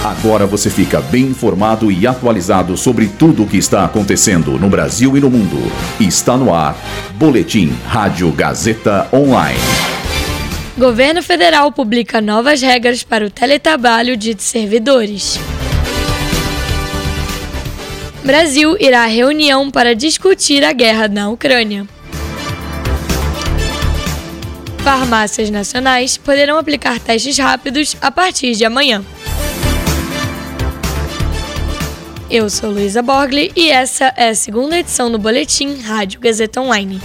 Agora você fica bem informado e atualizado sobre tudo o que está acontecendo no Brasil e no mundo. Está no ar, Boletim Rádio Gazeta Online. Governo Federal publica novas regras para o teletrabalho de servidores. Brasil irá à reunião para discutir a guerra na Ucrânia. Farmácias nacionais poderão aplicar testes rápidos a partir de amanhã. Eu sou Luísa Borgli e essa é a segunda edição do Boletim Rádio Gazeta Online.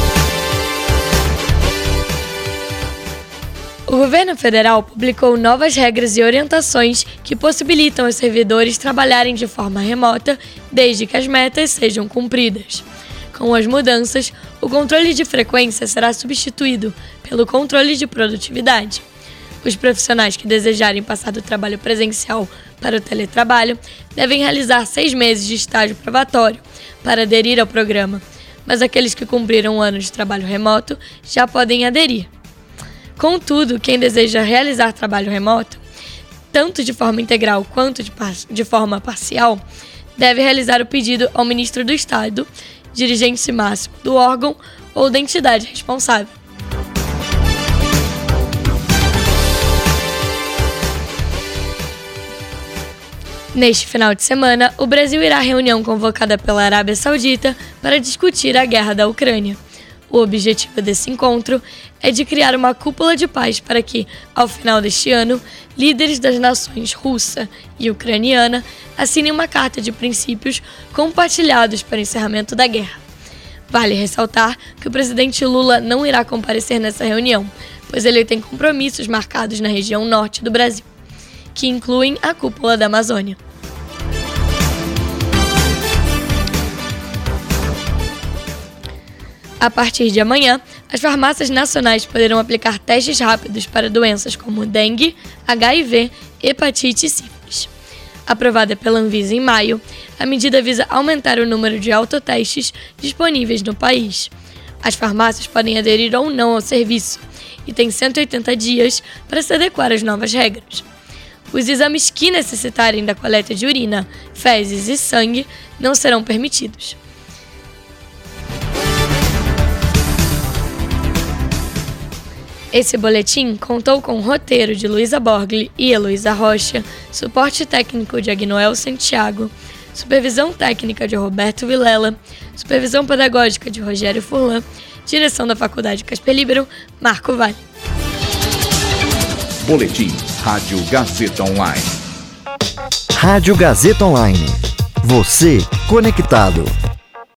O governo federal publicou novas regras e orientações que possibilitam os servidores trabalharem de forma remota desde que as metas sejam cumpridas. Com as mudanças, o controle de frequência será substituído pelo controle de produtividade. Os profissionais que desejarem passar do trabalho presencial para o teletrabalho devem realizar 6 meses de estágio probatório para aderir ao programa, mas aqueles que cumpriram um ano de trabalho remoto já podem aderir. Contudo, quem deseja realizar trabalho remoto, tanto de forma integral quanto de forma parcial, deve realizar o pedido ao ministro do Estado, dirigente máximo do órgão ou da entidade responsável. Neste final de semana, o Brasil irá à reunião convocada pela Arábia Saudita para discutir a guerra da Ucrânia. O objetivo desse encontro é de criar uma cúpula de paz para que, ao final deste ano, líderes das nações russa e ucraniana assinem uma carta de princípios compartilhados para o encerramento da guerra. Vale ressaltar que o presidente Lula não irá comparecer nessa reunião, pois ele tem compromissos marcados na região norte do Brasil, que incluem a cúpula da Amazônia. A partir de amanhã, as farmácias nacionais poderão aplicar testes rápidos para doenças como dengue, HIV, hepatite e sífilis. Aprovada pela Anvisa em maio, a medida visa aumentar o número de autotestes disponíveis no país. As farmácias podem aderir ou não ao serviço e têm 180 dias para se adequar às novas regras. Os exames que necessitarem da coleta de urina, fezes e sangue não serão permitidos. Esse boletim contou com o roteiro de Luísa Borgli e Heloísa Rocha, suporte técnico de Agnoel Santiago, supervisão técnica de Roberto Vilela, supervisão pedagógica de Rogério Furlan, direção da Faculdade Casper Libero, Marco Vale. Boletim Rádio Gazeta Online. Rádio Gazeta Online. Você conectado.